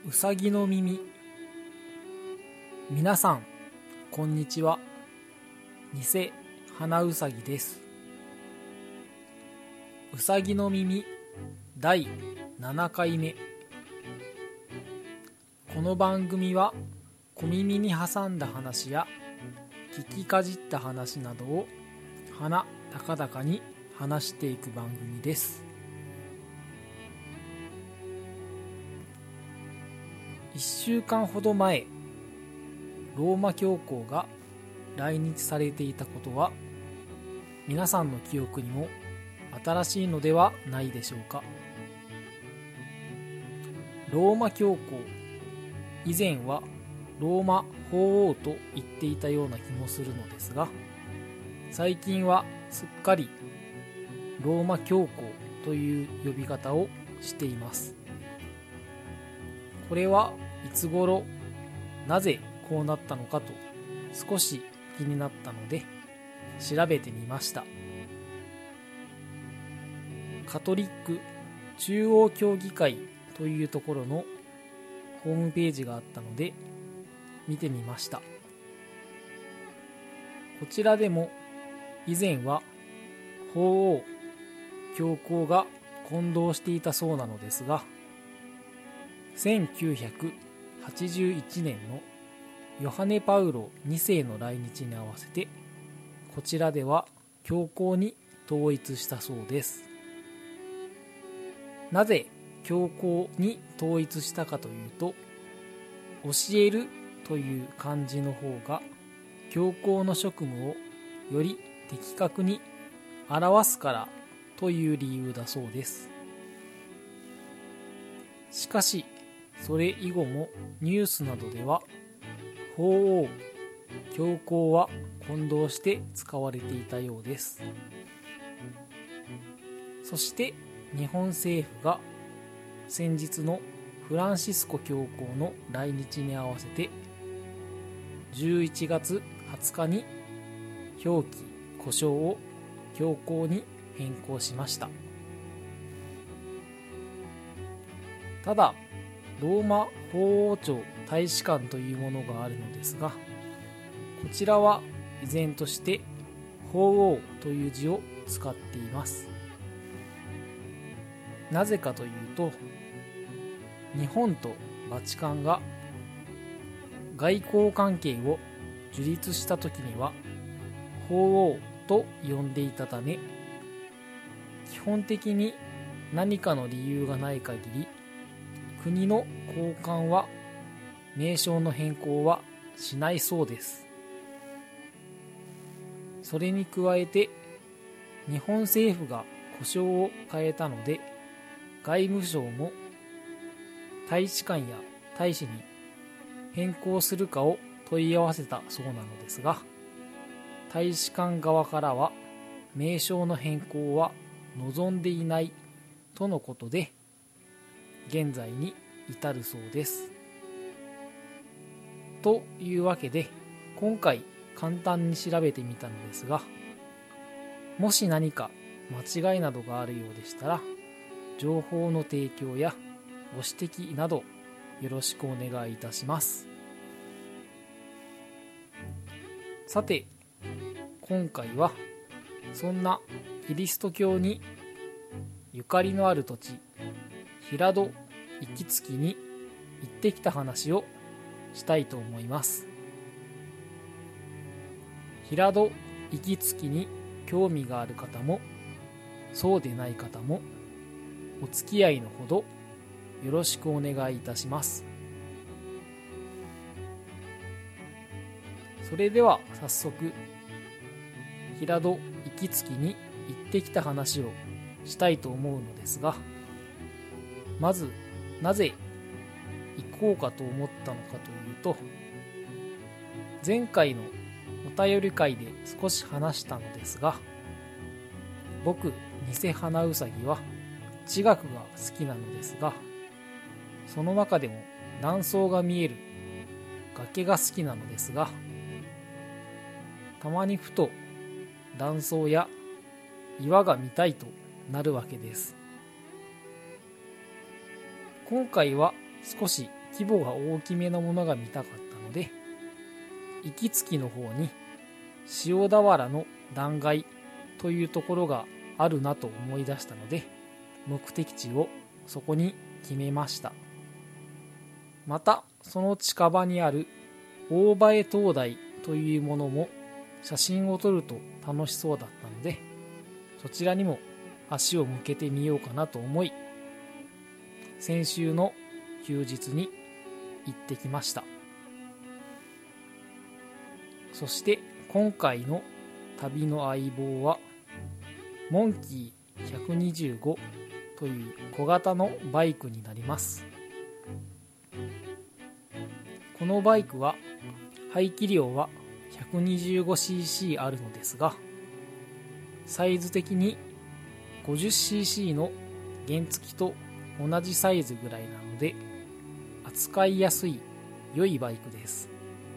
うさぎの耳。皆さんこんにちは。偽花うさぎです。うさぎの耳第7回目。この番組は小耳に挟んだ話や聞きかじった話などを鼻高々に話していく番組です。1週間ほど前、ローマ教皇が来日されていたことは皆さんの記憶にも新しいのではないでしょうか。ローマ教皇、以前はローマ法王と言っていたような気もするのですが、最近はすっかりローマ教皇という呼び方をしています。これはいつ頃、なぜこうなったのかと少し気になったので調べてみました。カトリック中央協議会というところのホームページがあったので見てみました。こちらでも以前は法王、教皇が混同していたそうなのですが、1981年のヨハネ・パウロ2世の来日に合わせてこちらでは教皇に統一したそうです。なぜ教皇に統一したかというと、教えるという漢字の方が教皇の職務をより的確に表すからという理由だそうです。しかしそれ以後もニュースなどでは法王、教皇は混同して使われていたようです。そして日本政府が先日のフランシスコ教皇の来日に合わせて11月20日に表記呼称を教皇に変更しました。ただローマ法王庁大使館というものがあるのですが、こちらは依然として法王という字を使っています。なぜかというと、日本とバチカンが外交関係を樹立した時には法王と呼んでいたため、基本的に何かの理由がない限り国の高官は名称の変更はしないそうです。それに加えて日本政府が呼称を変えたので、外務省も大使館や大使に変更するかを問い合わせたそうなのですが、大使館側からは名称の変更は望んでいないとのことで現在に至るそうです。というわけで今回簡単に調べてみたのですが、もし何か間違いなどがあるようでしたら情報の提供やご指摘などよろしくお願いいたします。さて今回はそんなキリスト教にゆかりのある土地平戸行月に行ってきた話をしたいと思います。平戸行月に興味がある方もそうでない方もお付き合いのほどよろしくお願いいたします。それでは早速平戸行月に行ってきた話をしたいと思うのですが、まずなぜ行こうかと思ったのかというと、前回のお便り会で少し話したのですが、僕偽花うさぎは地学が好きなのですが、その中でも断層が見える崖が好きなのですが、たまにふと断層や岩が見たいとなるわけです。今回は少し規模が大きめのものが見たかったので、行きつきの方に塩田原の断崖というところがあるなと思い出したので、目的地をそこに決めました。またその近場にある大映灯台というものも写真を撮ると楽しそうだったので、そちらにも足を向けてみようかなと思い、先週の休日に行ってきました。そして今回の旅の相棒はモンキー125という小型のバイクになります。このバイクは排気量は 125cc あるのですが、サイズ的に 50cc の原付と同じサイズぐらいなので扱いやすい良いバイクです。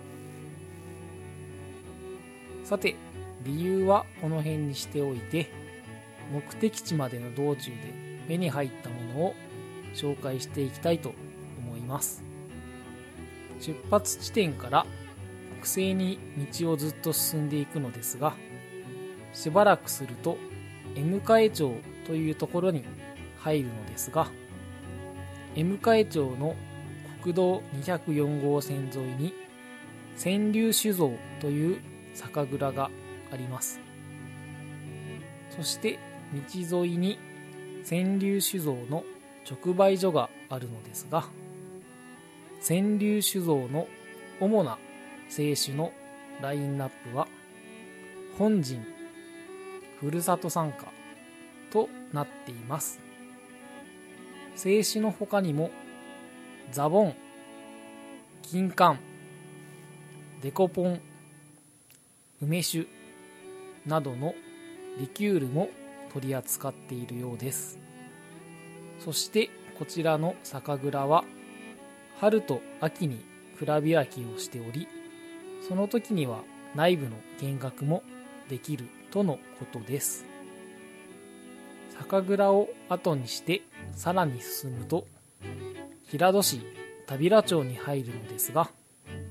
さて、理由はこの辺にしておいて、目的地までの道中で目に入ったものを紹介していきたいと思います。出発地点から北西に道をずっと進んでいくのですが、しばらくすると江迎町というところに入るのですが、江迎町の国道204号線沿いに千龍酒造という酒蔵があります。そして道沿いに千龍酒造の直売所があるのですが、千龍酒造の主な清酒のラインナップは本陣、ふるさと参加となっています。清酒の他にもザボン、金柑、デコポン、梅酒などのリキュールも取り扱っているようです。そしてこちらの酒蔵は春と秋に蔵開きをしており、その時には内部の見学もできるとのことです。酒蔵を後にしてさらに進むと平戸市田平町に入るのですが、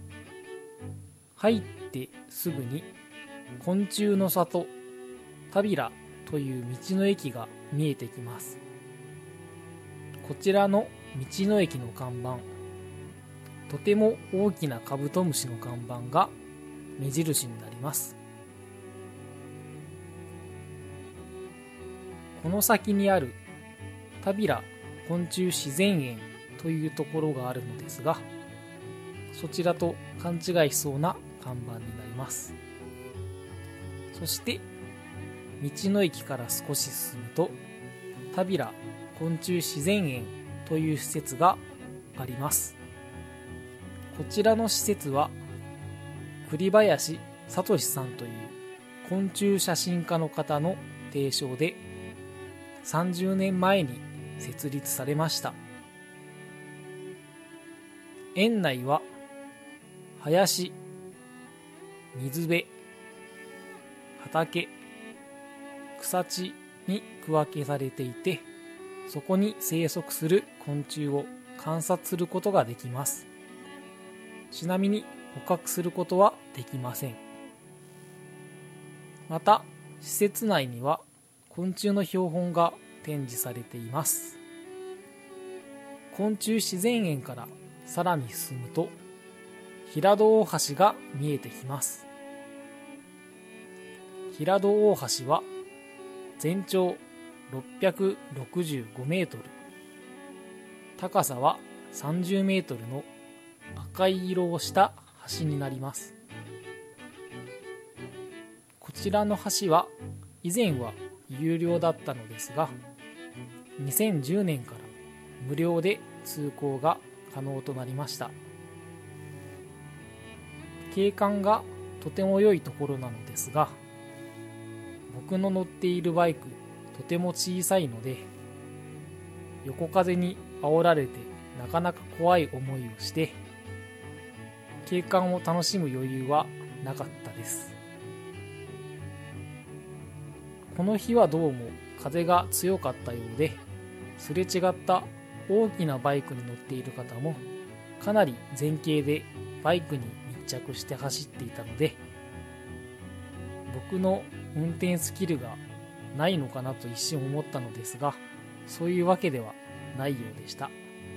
入ってすぐに昆虫の里田平という道の駅が見えてきます。こちらの道の駅の看板、とても大きなカブトムシの看板が目印になります。この先にある田平昆虫自然園というところがあるのですが、そちらと勘違いしそうな看板になります。そして道の駅から少し進むと田平昆虫自然園という施設があります。こちらの施設は栗林聡さんという昆虫写真家の方の提唱で30年前に設立されました。園内は林、水辺、畑、草地に区分けされていて、そこに生息する昆虫を観察することができます。ちなみに捕獲することはできません。また施設内には昆虫の標本が展示されています。昆虫自然園からさらに進むと平戸大橋が見えてきます。平戸大橋は全長665メートル、高さは30メートルの赤い色をした橋になります。こちらの橋は以前は有料だったのですが、2010年から無料で通行が可能となりました。景観がとても良いところなのですが、僕の乗っているバイクとても小さいので、横風に煽られてなかなか怖い思いをして、景観を楽しむ余裕はなかったです。この日はどうも風が強かったようで、すれ違った大きなバイクに乗っている方もかなり前傾でバイクに密着して走っていたので、僕の運転スキルがないのかなと一瞬思ったのですが、そういうわけではないようでした。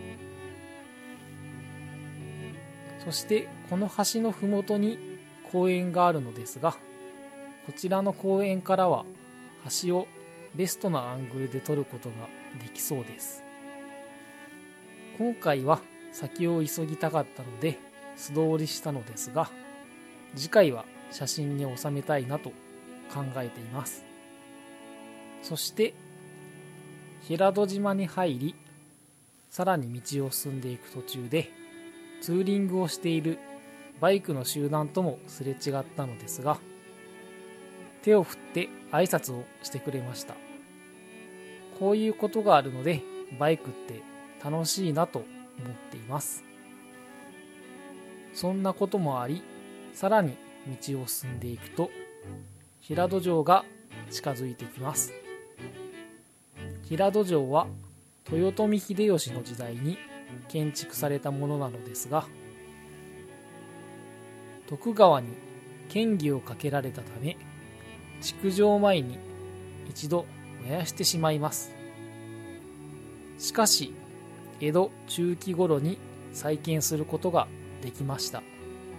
そしてこの橋のふもとに公園があるのですが、こちらの公園からは橋をベストなアングルで撮ることができそうです。今回は先を急ぎたかったので素通りしたのですが、次回は写真に収めたいなと考えています。そして平戸島に入り、さらに道を進んでいく途中でツーリングをしているバイクの集団ともすれ違ったのですが、手を振って挨拶をしてくれました。こういうことがあるのでバイクって楽しいなと思っています。そんなこともあり、さらに道を進んでいくと平戸城が近づいてきます。平戸城は豊臣秀吉の時代に建築されたものなのですが、徳川に嫌疑をかけられたため、築城前に一度燃やしてしまいます。しかし江戸中期頃に再建することができました。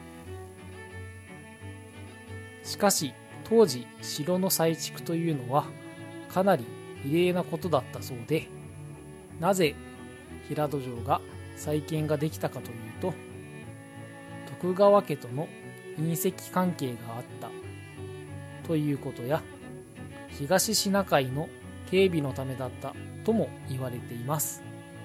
しかし当時城の再築というのはかなり異例なことだったそうで、なぜ平戸城が再建ができたかというと、徳川家との姻戚関係があったということや、東シナ海の警備のためだったとも言われています。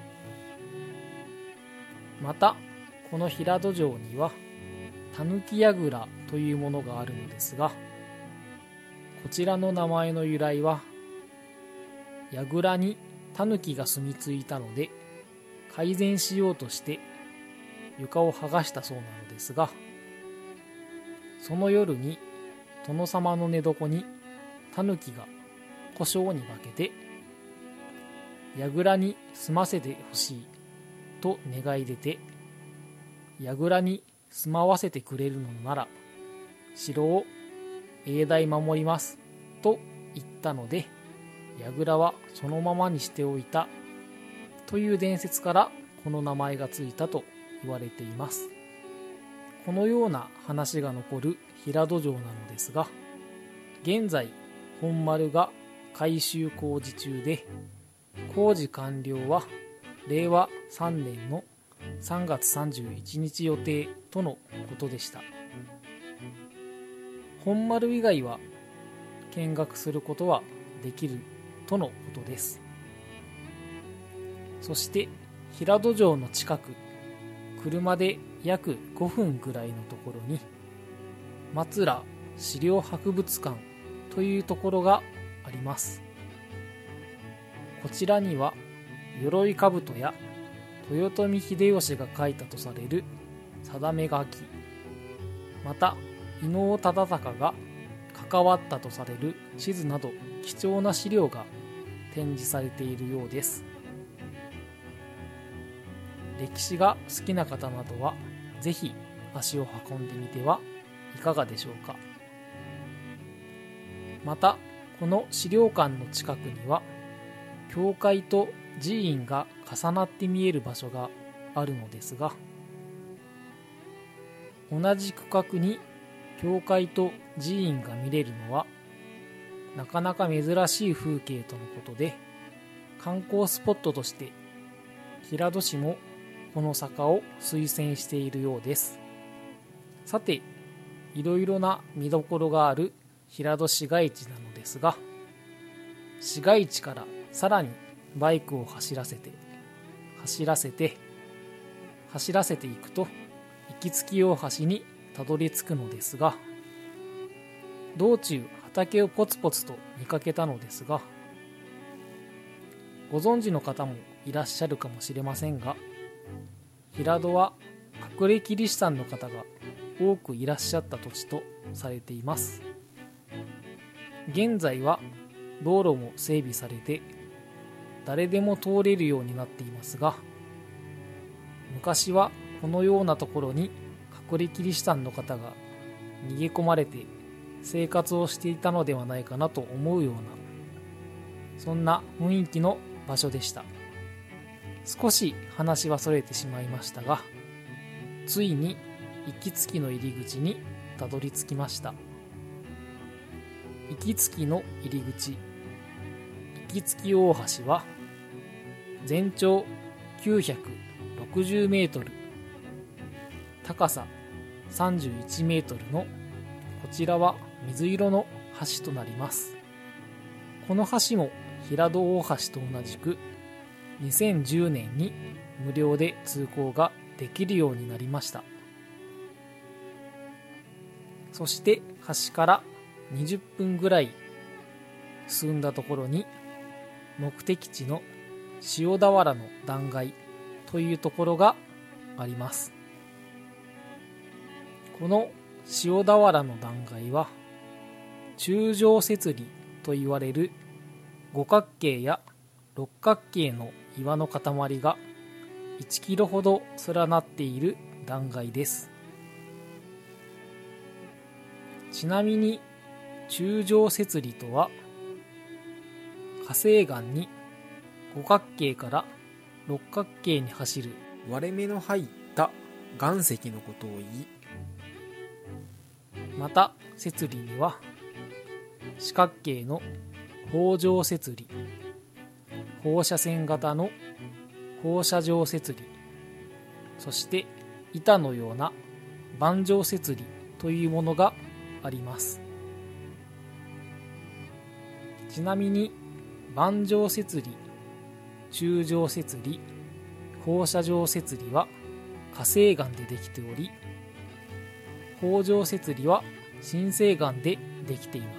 またこの平戸城には狸櫓というものがあるのですが、こちらの名前の由来は、櫓に狸が住み着いたので改善しようとして床を剥がしたそうなのですが、その夜に殿様の寝床に狸が胡椒に化けて櫓に住ませてほしいと願い出て、櫓に住まわせてくれるのなら城を永代守りますと言ったので、櫓はそのままにしておいたという伝説からこの名前がついたと言われています。このような話が残る平戸城なのですが、現在本丸が改修工事中で、工事完了は令和3年の3月31日予定とのことでした。本丸以外は見学することはできるとのことです。そして平戸城の近く、車で約5分ぐらいのところに松浦資料博物館というところがあります。こちらには鎧兜や豊臣秀吉が書いたとされる定め書き、また伊能忠敬が関わったとされる地図など貴重な資料が展示されているようです。歴史が好きな方などはぜひ足を運んでみてはいかがでしょうか。またこの資料館の近くには教会と寺院が重なって見える場所があるのですが、同じ区画に教会と寺院が見れるのはなかなか珍しい風景とのことで、観光スポットとして平戸市もこの坂を推薦しているようです。さて、いろいろな見どころがある平戸市街地なのですが、市街地からさらにバイクを走らせていくと行きつき大橋にたどり着くのですが、道中畑をポツポツと見かけたのですが、ご存知の方もいらっしゃるかもしれませんが、平戸は隠れキリシタンの方が多くいらっしゃった土地とされています。現在は道路も整備されて誰でも通れるようになっていますが、昔はこのようなところに隠れキリシタンの方が逃げ込まれて生活をしていたのではないかなと思うような、そんな雰囲気の場所でした。少し話はそれてしまいましたが、ついに行きつきの入り口にたどり着きました。行きつきの入り口、行きつき大橋は全長960メートル、高さ31メートルのこちらは水色の橋となります。この橋も平戸大橋と同じく2010年に無料で通行ができるようになりました。そして橋から20分ぐらい進んだところに目的地の塩田原の断崖というところがあります。この塩田原の断崖は柱状節理といわれる五角形や六角形の岩の塊が1キロほど連なっている断崖です。ちなみに柱状節理とは火成岩に五角形から六角形に走る割れ目の入った岩石のことを言い、また節理には四角形の放状節理、放射線型の放射状節理、そして板のような板状節理というものがあります。ちなみに板状節理、柱状節理、放射状節理は火成岩でできており、放状節理は新生岩でできています。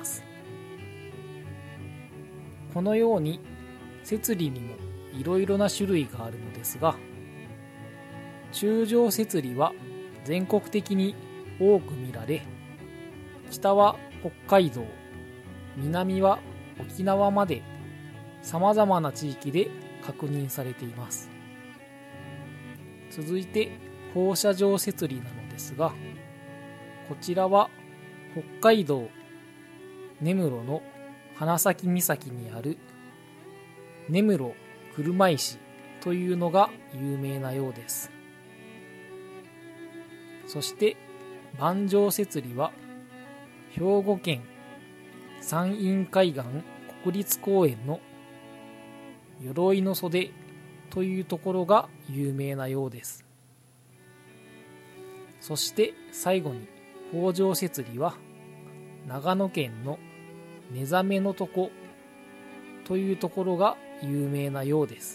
このように節理にもいろいろな種類があるのですが、柱状節理は全国的に多く見られ、北は北海道、南は沖縄まで様々な地域で確認されています。続いて放射状節理なのですが、こちらは北海道根室の花咲岬にある根室車石というのが有名なようです。そして板状節理は兵庫県山陰海岸国立公園の鎧の袖というところが有名なようです。そして最後に放状節理は長野県の目覚めの床というところが有名なようです。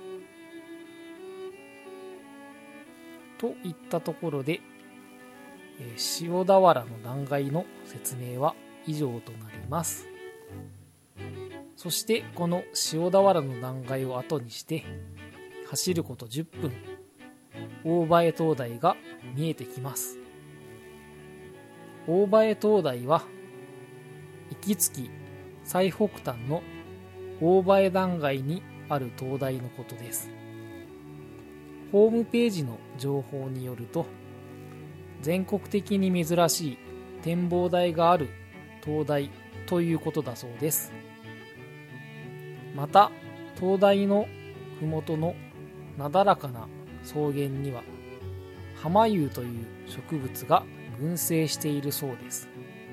といったところで、塩田原の断崖の説明は以上となります。そしてこの塩田原の断崖を後にして走ること10分、大前灯台が見えてきます。大前灯台は行きつき最北端の大前断崖にある灯台のことです。ホームページの情報によると、全国的に珍しい展望台がある灯台ということだそうです。また灯台のふもとのなだらかな草原にはハマユウという植物が群生しているそうです。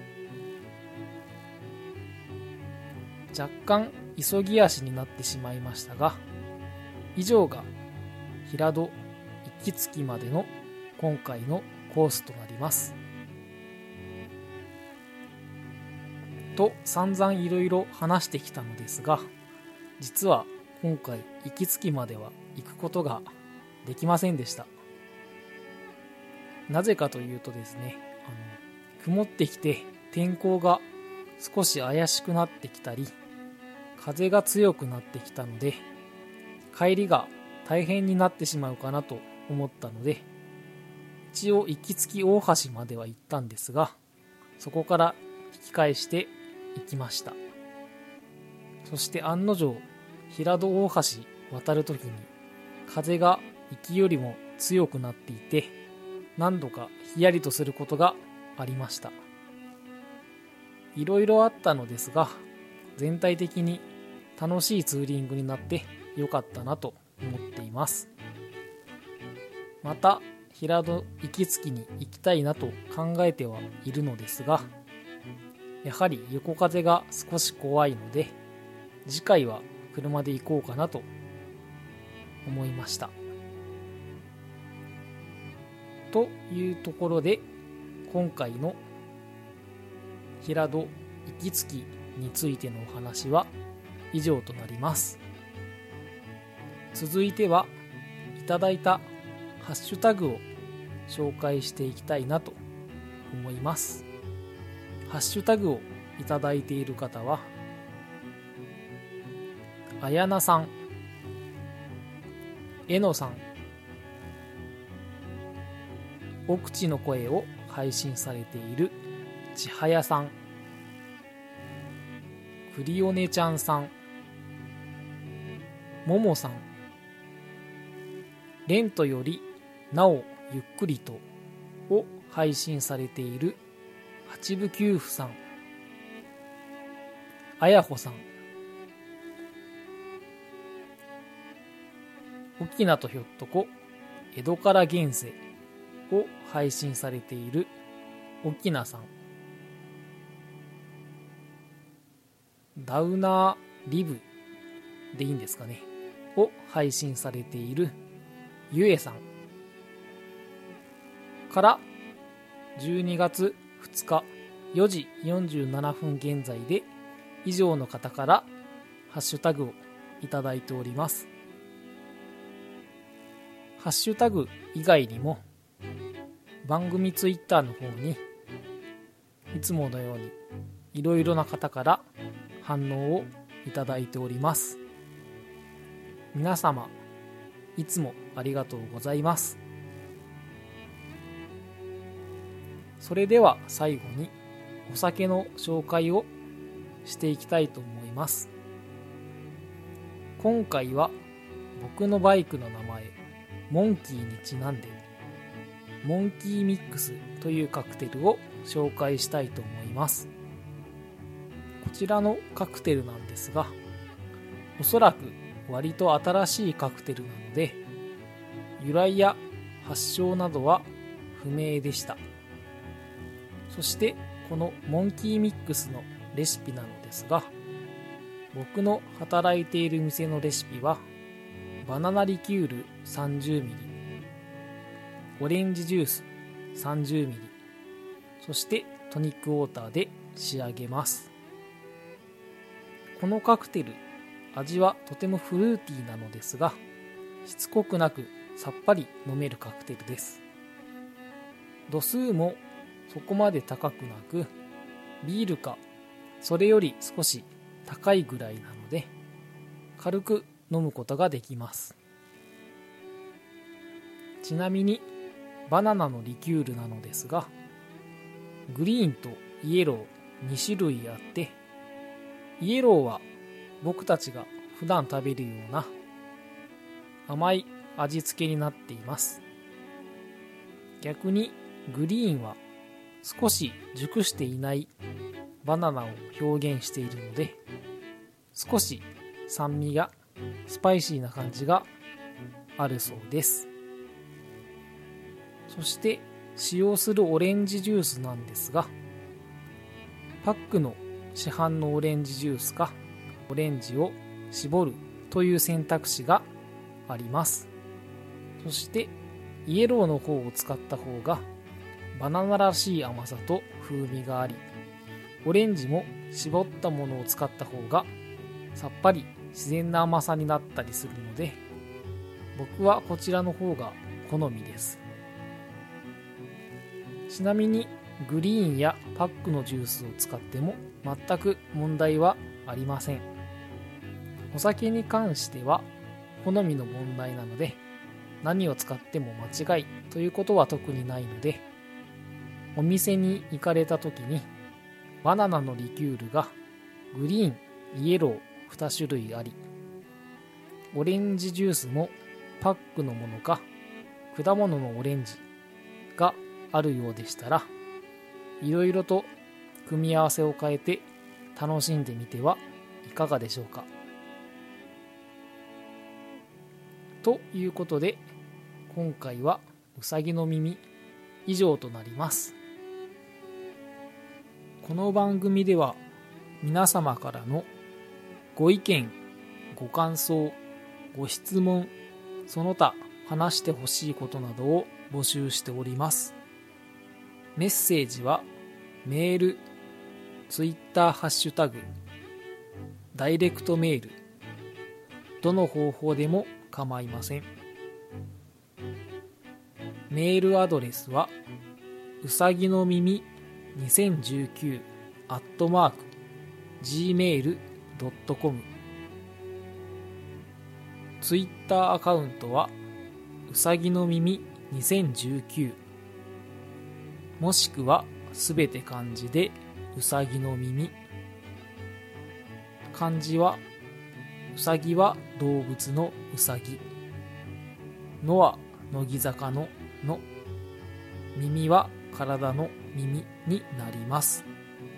若干急ぎ足になってしまいましたが、以上が平戸行きつきまでの今回のコースとなります。と散々いろいろ話してきたのですが、実は今回行きつきまでは行くことができませんでした。なぜかというとですね、曇ってきて天候が少し怪しくなってきたり、風が強くなってきたので、帰りが大変になってしまうかなと思ったので、一応行きつき大橋までは行ったんですが、そこから引き返して行きました。そして案の定、平戸大橋渡るときに風が行きよりも強くなっていて、何度かヒヤリとすることがありました。いろいろあったのですが、全体的に楽しいツーリングになってよかったなと思っています。また平戸息月に行きたいなと考えてはいるのですが、やはり横風が少し怖いので、次回は車で行こうかなと思いました。というところで、今回の平戸息月についてのお話は以上となります。続いてはいただいたハッシュタグを紹介していきたいなと思います。ハッシュタグをいただいている方は、あやなさん、えのさん、奥地の声を配信されているちはやさん、クリオネちゃんさん、ももさん、レントよりなおゆっくりとを配信されている八部九夫さん、あやほさん、沖縄とひょっとこ江戸から現世を配信されている沖縄さん、ダウナーリブでいいんですかねを配信されているゆえさんから12月2日4時47分現在で以上の方からハッシュタグをいただいております。ハッシュタグ以外にも番組ツイッターの方にいつものようにいろいろな方から反応をいただいております。皆様いつもありがとうございます。それでは最後にお酒の紹介をしていきたいと思います。今回は僕のバイクの名前モンキーにちなんでモンキーミックスというカクテルを紹介したいと思います。こちらのカクテルなんですが、おそらく割と新しいカクテルなので由来や発祥などは不明でした。そしてこのモンキーミックスのレシピなのですが、僕の働いている店のレシピはバナナリキュール 30ml、 オレンジジュース 30ml、 そしてトニックウォーターで仕上げます。このカクテル、味はとてもフルーティーなのですが、しつこくなくさっぱり飲めるカクテルです。度数もそこまで高くなく、ビールかそれより少し高いぐらいなので軽く飲むことができます。ちなみにバナナのリキュールなのですが、グリーンとイエロー2種類あって、イエローは僕たちが普段食べるような甘い味付けになっています。逆にグリーンは少し熟していないバナナを表現しているので、少し酸味がスパイシーな感じがあるそうです。そして使用するオレンジジュースなんですが、パックの市販のオレンジジュースかオレンジを絞るという選択肢があります。そしてイエローの方を使った方がバナナらしい甘さと風味があり、オレンジも絞ったものを使った方がさっぱり自然な甘さになったりするので、僕はこちらの方が好みです。ちなみにグリーンやパックのジュースを使っても全く問題はありません。お酒に関しては好みの問題なので、何を使っても間違いということは特にないので、お店に行かれた時にバナナのリキュールがグリーン、イエロー2種類あり、オレンジジュースもパックのものか果物のオレンジがあるようでしたら、いろいろと組み合わせを変えて楽しんでみてはいかがでしょうか。ということで、今回はうさぎの耳以上となります。この番組では皆様からのご意見、ご感想、ご質問、その他話してほしいことなどを募集しております。メッセージはメール、ツイッターハッシュタグ、ダイレクトメール、どの方法でも構いません。メールアドレスはうさぎの耳2019 @gmail.com。 ツイッターアカウントはうさぎの耳2019、もしくはすべて漢字でうさぎの耳。漢字はうさぎは動物のうさぎ、のは乃木坂のの、耳は体の耳になります。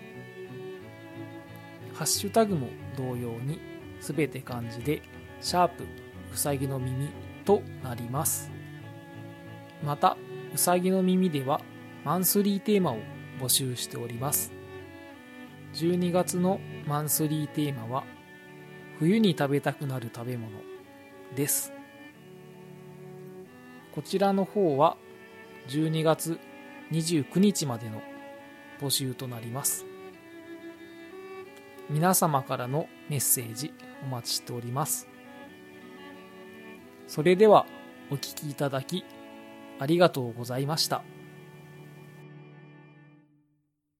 ハッシュタグも同様にすべて漢字でシャープうさぎの耳となります。またうさぎの耳ではマンスリーテーマを募集しております。12月のマンスリーテーマは冬に食べたくなる食べ物です。こちらの方は12月29日までの募集となります。皆様からのメッセージお待ちしております。それではお聞きいただきありがとうございました。